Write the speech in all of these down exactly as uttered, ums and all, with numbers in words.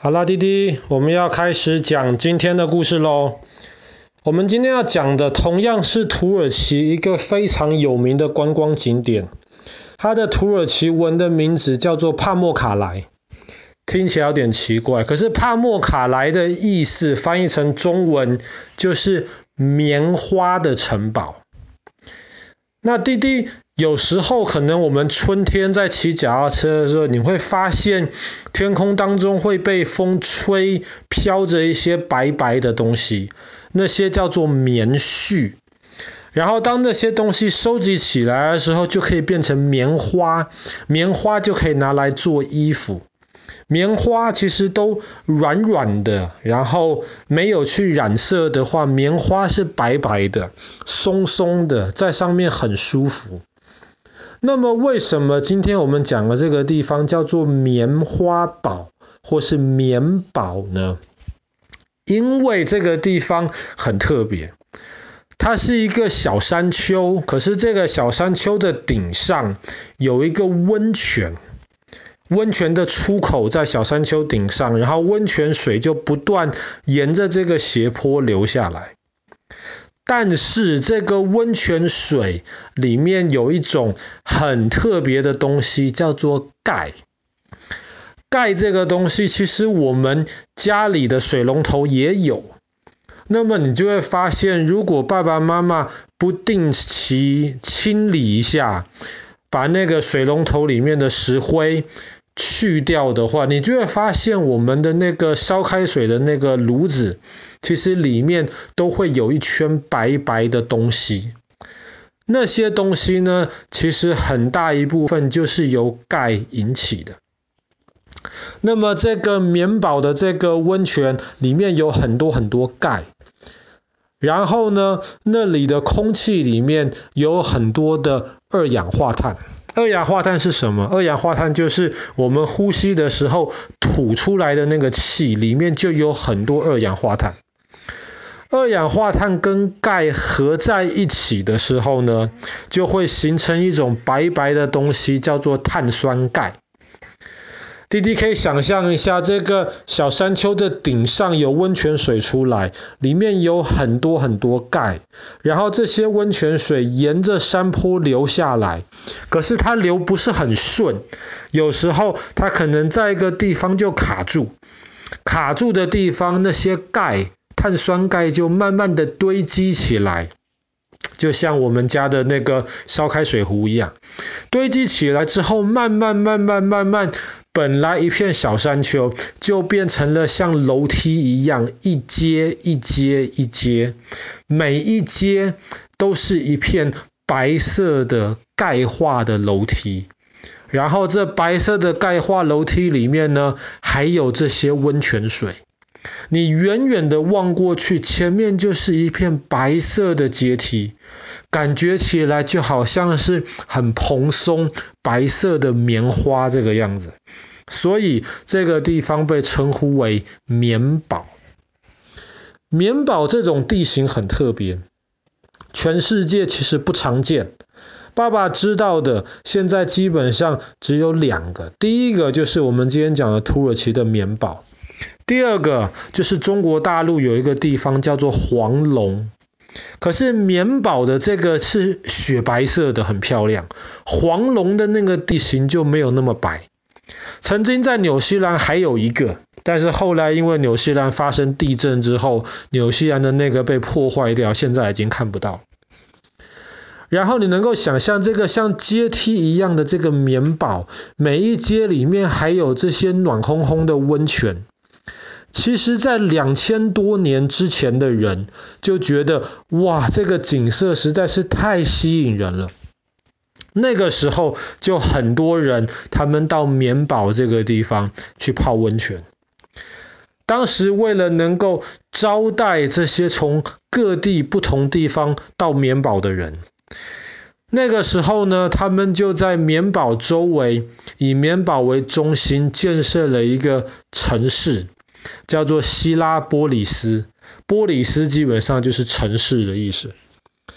好啦，弟弟，我们要开始讲今天的故事咯。我们今天要讲的同样是土耳其一个非常有名的观光景点，它的土耳其文的名字叫做帕默卡莱。听起来有点奇怪，可是帕默卡莱的意思翻译成中文就是棉花的城堡。那弟弟，有时候可能我们春天在骑脚踏车的时候，你会发现天空当中会被风吹，飘着一些白白的东西，那些叫做棉絮。然后当那些东西收集起来的时候，就可以变成棉花，棉花就可以拿来做衣服。棉花其实都软软的，然后没有去染色的话，棉花是白白的，松松的，在上面很舒服。那么为什么今天我们讲的这个地方叫做棉花堡或是棉堡呢？因为这个地方很特别，它是一个小山丘，可是这个小山丘的顶上有一个温泉，温泉的出口在小山丘顶上，然后温泉水就不断沿着这个斜坡流下来。但是这个温泉水里面有一种很特别的东西，叫做钙。钙这个东西其实我们家里的水龙头也有。那么你就会发现，如果爸爸妈妈不定期清理一下，把那个水龙头里面的石灰去掉的话，你就会发现我们的那个烧开水的那个炉子，其实里面都会有一圈白白的东西。那些东西呢，其实很大一部分就是由钙引起的。那么这个棉堡的这个温泉里面有很多很多钙，然后呢，那里的空气里面有很多的二氧化碳。二氧化碳是什么？二氧化碳就是我们呼吸的时候吐出来的那个气，里面就有很多二氧化碳。二氧化碳跟钙合在一起的时候呢，就会形成一种白白的东西，叫做碳酸钙。弟弟可以想象一下，这个小山丘的顶上有温泉水出来，里面有很多很多钙，然后这些温泉水沿着山坡流下来，可是它流不是很顺，有时候它可能在一个地方就卡住，卡住的地方那些钙，碳酸钙就慢慢的堆积起来，就像我们家的那个烧开水壶一样，堆积起来之后，慢慢慢慢慢慢，本来一片小山丘就变成了像楼梯一样，一阶一阶一阶，每一阶都是一片白色的钙化的楼梯。然后这白色的钙化楼梯里面呢，还有这些温泉水。你远远的望过去，前面就是一片白色的阶梯，感觉起来就好像是很蓬松白色的棉花这个样子。所以这个地方被称呼为棉堡。棉堡这种地形很特别，全世界其实不常见。爸爸知道的现在基本上只有两个，第一个就是我们今天讲的土耳其的棉堡，第二个就是中国大陆有一个地方叫做黄龙。可是棉堡的这个是雪白色的，很漂亮，黄龙的那个地形就没有那么白。曾经在纽西兰还有一个，但是后来因为纽西兰发生地震之后，纽西兰的那个被破坏掉，现在已经看不到。然后你能够想象这个像阶梯一样的这个棉堡，每一阶里面还有这些暖烘烘的温泉。其实在两千多年之前的人就觉得，哇，这个景色实在是太吸引人了。那个时候就很多人他们到棉堡这个地方去泡温泉。当时为了能够招待这些从各地不同地方到棉堡的人，那个时候呢，他们就在棉堡周围以棉堡为中心建设了一个城市，叫做希拉波里斯。波里斯基本上就是城市的意思。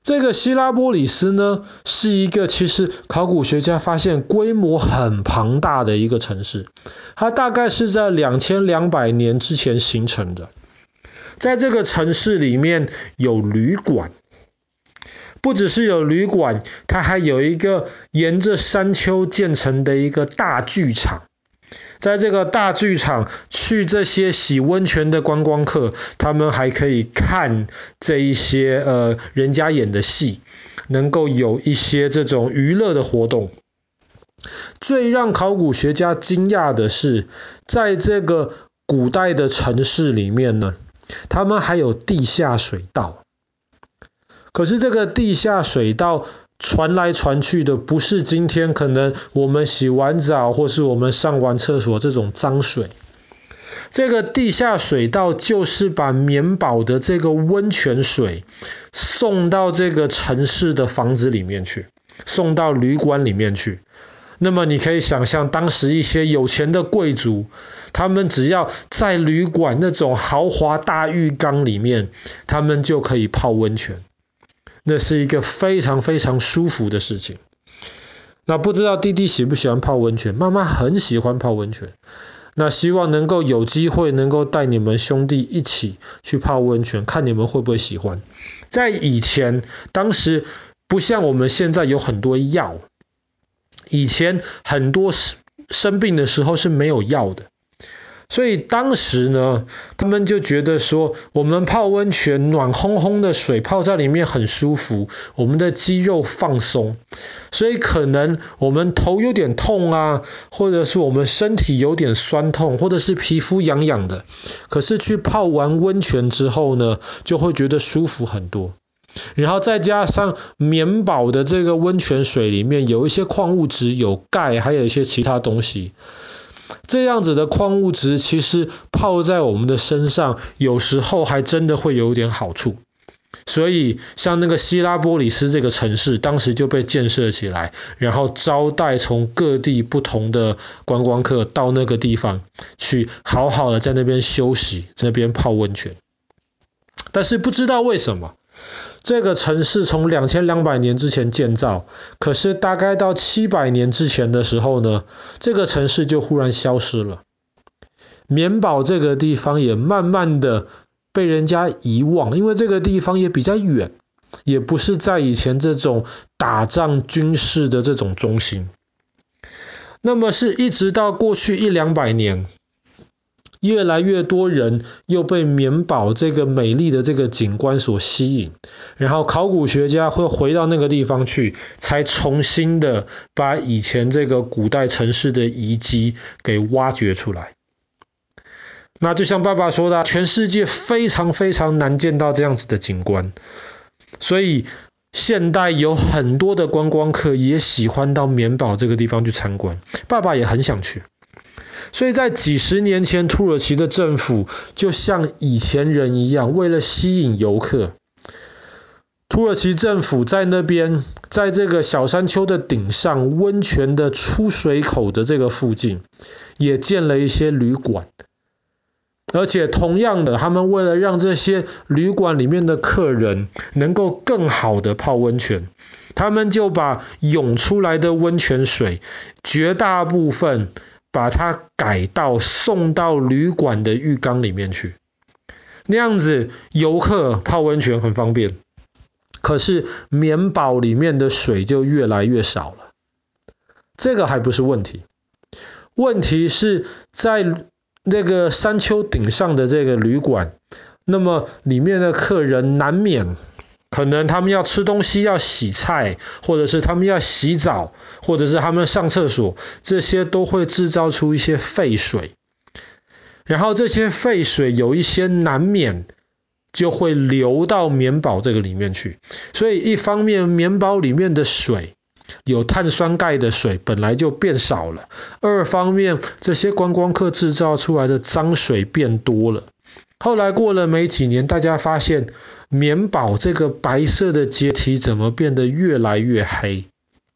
这个希拉波里斯呢，是一个其实考古学家发现规模很庞大的一个城市，它大概是在两千两百年之前形成的。在这个城市里面有旅馆，不只是有旅馆，它还有一个沿着山丘建成的一个大剧场。在这个大剧场，去这些洗温泉的观光客，他们还可以看这一些呃人家演的戏，能够有一些这种娱乐的活动。最让考古学家惊讶的是，在这个古代的城市里面呢，他们还有地下水道。可是这个地下水道传来传去的不是今天可能我们洗完澡或是我们上完厕所这种脏水，这个地下水道就是把棉堡的这个温泉水送到这个城市的房子里面去，送到旅馆里面去。那么你可以想象，当时一些有钱的贵族，他们只要在旅馆那种豪华大浴缸里面，他们就可以泡温泉。那是一个非常非常舒服的事情。那不知道弟弟喜不喜欢泡温泉？妈妈很喜欢泡温泉。那希望能够有机会能够带你们兄弟一起去泡温泉，看你们会不会喜欢。在以前，当时不像我们现在有很多药，以前很多生病的时候是没有药的。所以当时呢，他们就觉得说，我们泡温泉，暖烘烘的水泡在里面很舒服，我们的肌肉放松，所以可能我们头有点痛啊，或者是我们身体有点酸痛，或者是皮肤痒痒的，可是去泡完温泉之后呢，就会觉得舒服很多。然后再加上棉堡的这个温泉水里面有一些矿物质，有钙，还有一些其他东西。这样子的矿物质其实泡在我们的身上，有时候还真的会有一点好处。所以像那个希拉波里斯这个城市，当时就被建设起来，然后招待从各地不同的观光客到那个地方去，好好的在那边休息，在那边泡温泉。但是不知道为什么，这个城市从两千两百年之前建造，可是大概到七百年之前的时候呢，这个城市就忽然消失了。棉堡这个地方也慢慢的被人家遗忘，因为这个地方也比较远，也不是在以前这种打仗军事的这种中心。那么是一直到过去一两百年，越来越多人又被棉堡这个美丽的这个景观所吸引，然后考古学家会回到那个地方去，才重新的把以前这个古代城市的遗迹给挖掘出来。那就像爸爸说的，全世界非常非常难见到这样子的景观，所以现代有很多的观光客也喜欢到棉堡这个地方去参观，爸爸也很想去。所以在几十年前，土耳其的政府就像以前人一样，为了吸引游客，土耳其政府在那边，在这个小山丘的顶上，温泉的出水口的这个附近，也建了一些旅馆。而且同样的，他们为了让这些旅馆里面的客人能够更好的泡温泉，他们就把涌出来的温泉水绝大部分把它改到送到旅馆的浴缸里面去。那样子游客泡温泉很方便，可是棉堡里面的水就越来越少了。这个还不是问题，问题是在那个山丘顶上的这个旅馆，那么里面的客人难免可能他们要吃东西，要洗菜，或者是他们要洗澡，或者是他们上厕所，这些都会制造出一些废水。然后这些废水有一些难免就会流到棉堡这个里面去。所以一方面棉堡里面的水，有碳酸钙的水本来就变少了，二方面这些观光客制造出来的脏水变多了。后来过了没几年，大家发现棉堡这个白色的阶梯怎么变得越来越黑。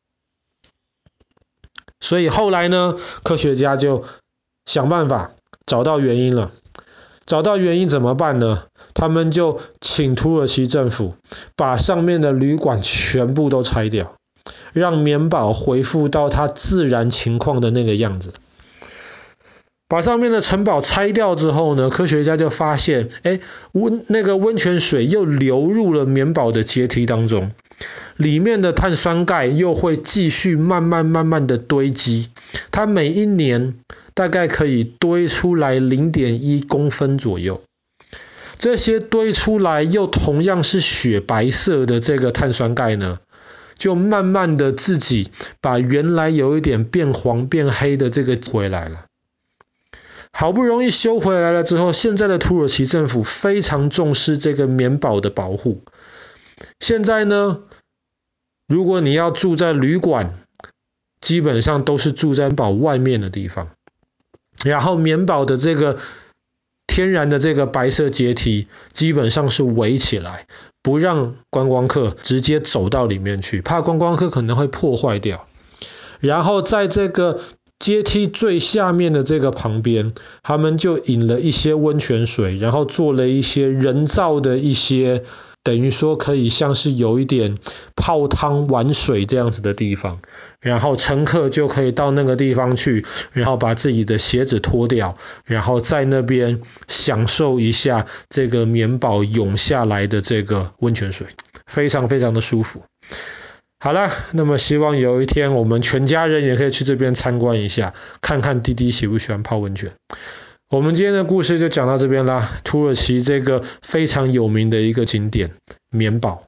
所以后来呢，科学家就想办法找到原因了。找到原因怎么办呢？他们就请土耳其政府把上面的旅馆全部都拆掉，让棉堡恢复到它自然情况的那个样子。把上面的城堡拆掉之后呢，科学家就发现，哎，温那个温泉水又流入了棉堡的阶梯当中，里面的碳酸钙又会继续慢慢慢慢的堆积，它每一年大概可以堆出来 零点一公分左右。这些堆出来又同样是雪白色的这个碳酸钙呢，就慢慢的自己把原来有一点变黄变黑的这个回来了。好不容易修回来了之后，现在的土耳其政府非常重视这个棉堡的保护。现在呢，如果你要住在旅馆，基本上都是住在棉堡外面的地方。然后棉堡的这个天然的这个白色阶梯基本上是围起来，不让观光客直接走到里面去，怕观光客可能会破坏掉。然后在这个阶梯最下面的这个旁边，他们就引了一些温泉水，然后做了一些人造的一些，等于说可以像是有一点泡汤玩水这样子的地方，然后乘客就可以到那个地方去，然后把自己的鞋子脱掉，然后在那边享受一下这个棉堡涌下来的这个温泉水，非常非常的舒服。好了，那么希望有一天我们全家人也可以去这边参观一下，看看弟弟喜不喜欢泡温泉。我们今天的故事就讲到这边啦，土耳其这个非常有名的一个景点棉堡。